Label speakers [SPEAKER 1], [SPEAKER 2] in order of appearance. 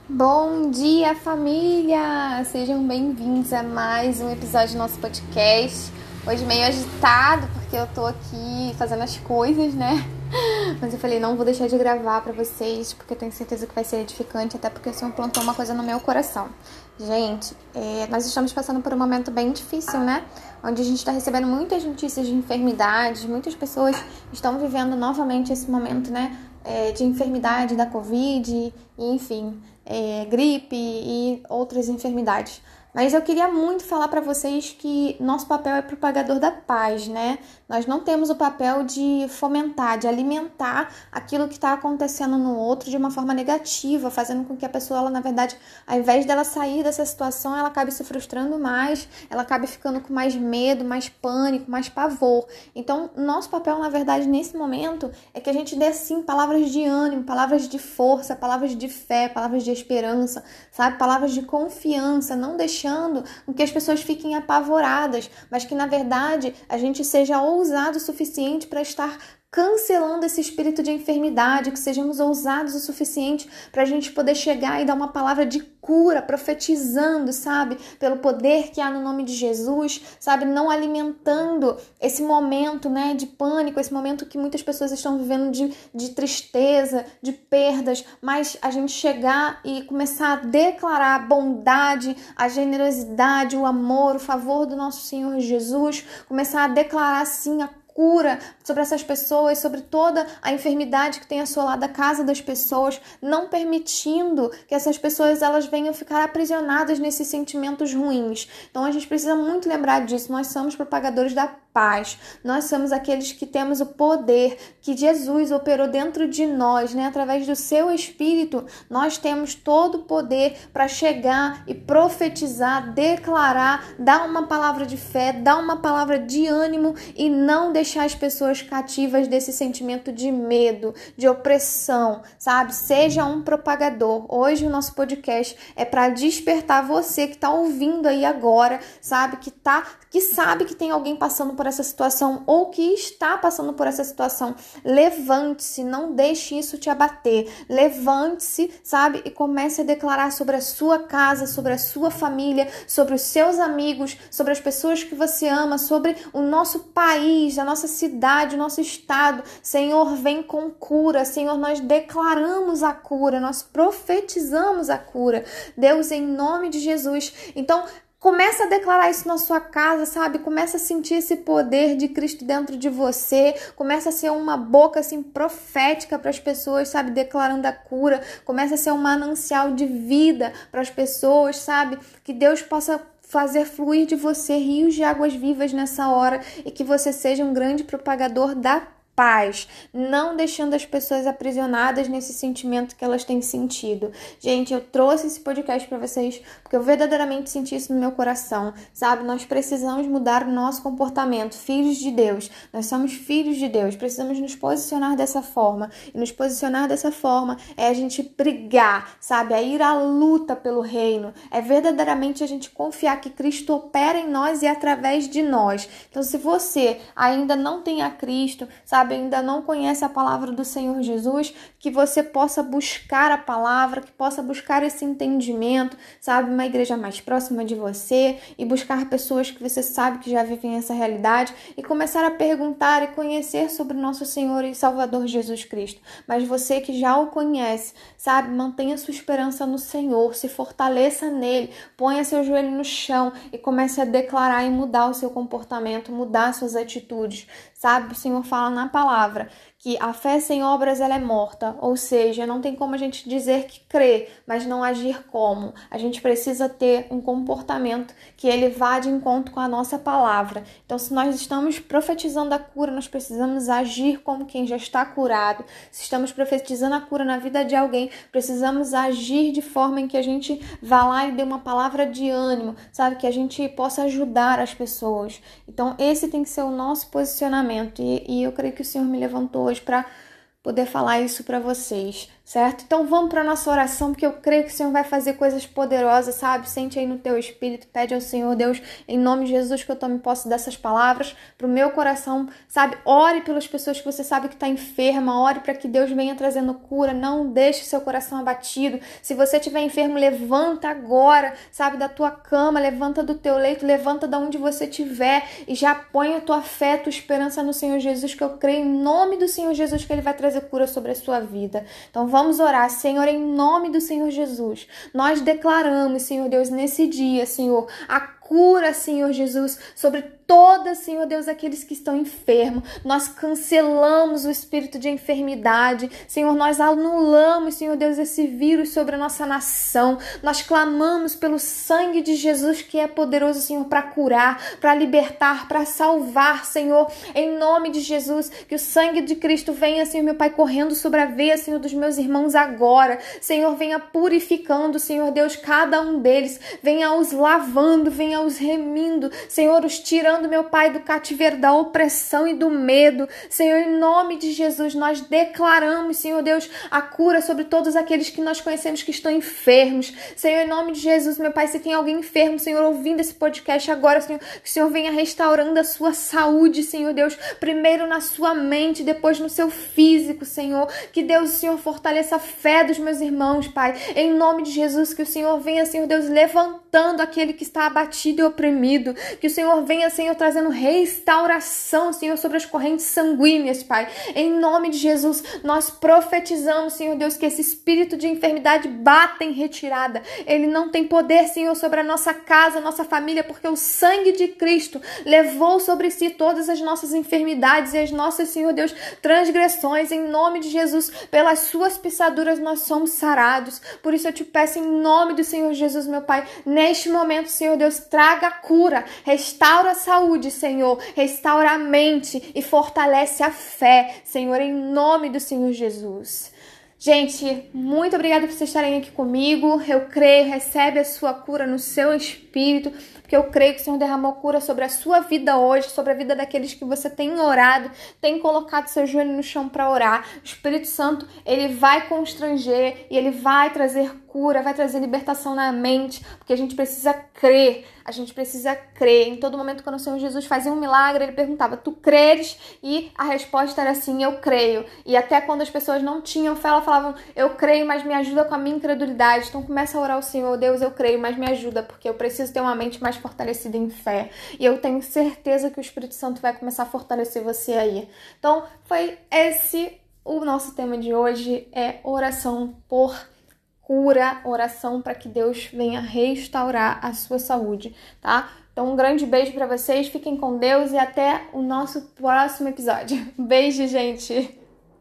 [SPEAKER 1] Bom dia, família! Sejam bem-vindos a mais um episódio do nosso podcast. Hoje meio agitado, porque eu tô aqui fazendo as coisas, né? Mas eu falei, não vou deixar de gravar pra vocês, porque eu tenho certeza que vai ser edificante, até porque o Senhor plantou uma coisa no meu coração. Gente, nós estamos passando por um momento bem difícil, né? Onde a gente está recebendo muitas notícias de enfermidades, muitas pessoas estão vivendo novamente esse momento, né? De enfermidade da Covid, enfim, gripe e outras enfermidades. Mas eu queria muito falar para vocês que nosso papel é propagador da paz, né? Nós não temos o papel de fomentar, de alimentar aquilo que está acontecendo no outro de uma forma negativa, fazendo com que a pessoa, ela, na verdade, ao invés dela sair dessa situação, ela acabe se frustrando mais, ela acabe ficando com mais medo, mais pânico, mais pavor. Então, nosso papel, na verdade, nesse momento, é que a gente dê, sim, palavras de ânimo, palavras de força, palavras de fé, palavras de esperança, sabe? Palavras de confiança, não deixando com que as pessoas fiquem apavoradas, mas que, na verdade, a gente seja ousado o suficiente para estar cancelando esse espírito de enfermidade, que sejamos ousados o suficiente para a gente poder chegar e dar uma palavra de cura, profetizando, sabe? Pelo poder que há no nome de Jesus, sabe? Não alimentando esse momento, né, de pânico, esse momento que muitas pessoas estão vivendo de tristeza, de perdas, mas a gente chegar e começar a declarar a bondade, a generosidade, o amor, o favor do nosso Senhor Jesus, começar a declarar, sim, a cura sobre essas pessoas, sobre toda a enfermidade que tem assolado a casa das pessoas, não permitindo que essas pessoas elas venham ficar aprisionadas nesses sentimentos ruins. Então a gente precisa muito lembrar disso. Nós somos propagadores da paz. Nós somos aqueles que temos o poder que Jesus operou dentro de nós, né? Através do seu Espírito, nós temos todo o poder para chegar e profetizar, declarar, dar uma palavra de fé, dar uma palavra de ânimo e não deixar as pessoas cativas desse sentimento de medo, de opressão, sabe? Seja um propagador. Hoje o nosso podcast é para despertar você que está ouvindo aí agora, sabe? Que sabe que tem alguém passando por essa situação ou que está passando por essa situação. Levante-se, não deixe isso te abater. Levante-se, sabe? E comece a declarar sobre a sua casa, sobre a sua família, sobre os seus amigos, sobre as pessoas que você ama, sobre o nosso país, a nossa cidade, o nosso estado. Senhor, vem com cura. Senhor, nós declaramos a cura, nós profetizamos a cura. Deus, em nome de Jesus. Então, começa a declarar isso na sua casa, sabe? Começa a sentir esse poder de Cristo dentro de você. Começa a ser uma boca, assim, profética para as pessoas, sabe? Declarando a cura. Começa a ser um manancial de vida para as pessoas, sabe? Que Deus possa fazer fluir de você rios de águas vivas nessa hora e que você seja um grande propagador da paz, não deixando as pessoas aprisionadas nesse sentimento que elas têm sentido. Gente, eu trouxe esse podcast para vocês porque eu verdadeiramente senti isso no meu coração, sabe? Nós precisamos mudar o nosso comportamento, filhos de Deus. Nós somos filhos de Deus, precisamos nos posicionar dessa forma. E nos posicionar dessa forma é a gente brigar, sabe? É ir à luta pelo reino. É verdadeiramente a gente confiar que Cristo opera em nós e através de nós. Então, se você ainda não tem a Cristo, sabe? Ainda não conhece a palavra do Senhor Jesus, que você possa buscar a palavra, que possa buscar esse entendimento, sabe? Uma igreja mais próxima de você e buscar pessoas que você sabe que já vivem essa realidade e começar a perguntar e conhecer sobre o nosso Senhor e Salvador Jesus Cristo. Mas você que já o conhece, sabe? Mantenha sua esperança no Senhor, se fortaleça nele, ponha seu joelho no chão e comece a declarar e mudar o seu comportamento, mudar suas atitudes, sabe? O Senhor fala na palavra que a fé sem obras ela é morta, ou seja, não tem como a gente dizer que crê, mas não agir como. A gente precisa ter um comportamento que ele vá de encontro com a nossa palavra. Então, se nós estamos profetizando a cura, nós precisamos agir como quem já está curado. Se estamos profetizando a cura na vida de alguém, precisamos agir de forma em que a gente vá lá e dê uma palavra de ânimo, sabe? Que a gente possa ajudar as pessoas. Então, esse tem que ser o nosso posicionamento. E eu creio que o Senhor me levantou hoje para poder falar isso para vocês, certo? Então vamos para nossa oração, porque eu creio que o Senhor vai fazer coisas poderosas, sabe? Sente aí no teu espírito, pede ao Senhor, Deus, em nome de Jesus, que eu tome posse dessas palavras pro meu coração, sabe? Ore pelas pessoas que você sabe que tá enferma, ore para que Deus venha trazendo cura, não deixe seu coração abatido. Se você estiver enfermo, levanta agora, sabe, da tua cama, levanta do teu leito, levanta da onde você estiver e já põe a tua fé, a tua esperança no Senhor Jesus, que eu creio em nome do Senhor Jesus que Ele vai trazer cura sobre a sua vida. Então vamos orar, Senhor, em nome do Senhor Jesus. Nós declaramos, Senhor Deus, nesse dia, Senhor, a cura, Senhor Jesus, sobre todas, Senhor Deus, aqueles que estão enfermos. Nós cancelamos o espírito de enfermidade. Senhor, nós anulamos, Senhor Deus, esse vírus sobre a nossa nação. Nós clamamos pelo sangue de Jesus, que é poderoso, Senhor, para curar, para libertar, para salvar, Senhor. Em nome de Jesus, que o sangue de Cristo venha, Senhor, meu Pai, correndo sobre a veia, Senhor, dos meus irmãos agora. Senhor, venha purificando, Senhor Deus, cada um deles. Venha os lavando, venha os remindo, Senhor, os tirando, meu Pai, do cativeiro, da opressão e do medo. Senhor, em nome de Jesus, nós declaramos, Senhor Deus, a cura sobre todos aqueles que nós conhecemos que estão enfermos. Senhor, em nome de Jesus, meu Pai, se tem alguém enfermo, Senhor, ouvindo esse podcast agora, Senhor, que o Senhor venha restaurando a sua saúde, Senhor Deus, primeiro na sua mente, depois no seu físico, Senhor. Que Deus, o Senhor, fortaleça a fé dos meus irmãos, Pai. Em nome de Jesus, que o Senhor venha, Senhor Deus, levantando aquele que está abatido e oprimido. Que o Senhor venha, Senhor, trazendo restauração, Senhor, sobre as correntes sanguíneas, Pai. Em nome de Jesus, nós profetizamos, Senhor Deus, que esse espírito de enfermidade bata em retirada. Ele não tem poder, Senhor, sobre a nossa casa, a nossa família, porque o sangue de Cristo levou sobre si todas as nossas enfermidades e as nossas, Senhor Deus, transgressões. Em nome de Jesus, pelas suas pisaduras nós somos sarados. Por isso eu te peço, em nome do Senhor Jesus, meu Pai, neste momento, Senhor Deus, traga a cura, restaura a saúde, Senhor, restaura a mente e fortalece a fé, Senhor, em nome do Senhor Jesus. Gente, muito obrigada por vocês estarem aqui comigo. Eu creio, recebe a sua cura no seu espírito, porque eu creio que o Senhor derramou cura sobre a sua vida hoje, sobre a vida daqueles que você tem orado, tem colocado seu joelho no chão para orar. O Espírito Santo, ele vai constranger e ele vai trazer cura, vai trazer libertação na mente, porque a gente precisa crer. A gente precisa crer. Em todo momento, quando o Senhor Jesus fazia um milagre, ele perguntava, tu creres? E a resposta era assim, eu creio. E até quando as pessoas não tinham fé, elas falavam, eu creio, mas me ajuda com a minha incredulidade. Então começa a orar ao Senhor, Deus, eu creio, mas me ajuda, porque eu preciso ter uma mente mais fortalecida em fé. E eu tenho certeza que o Espírito Santo vai começar a fortalecer você aí. Então, foi esse o nosso tema de hoje, é oração por cura, oração para que Deus venha restaurar a sua saúde, tá? Então, um grande beijo para vocês, fiquem com Deus e até o nosso próximo episódio. Beijo, gente!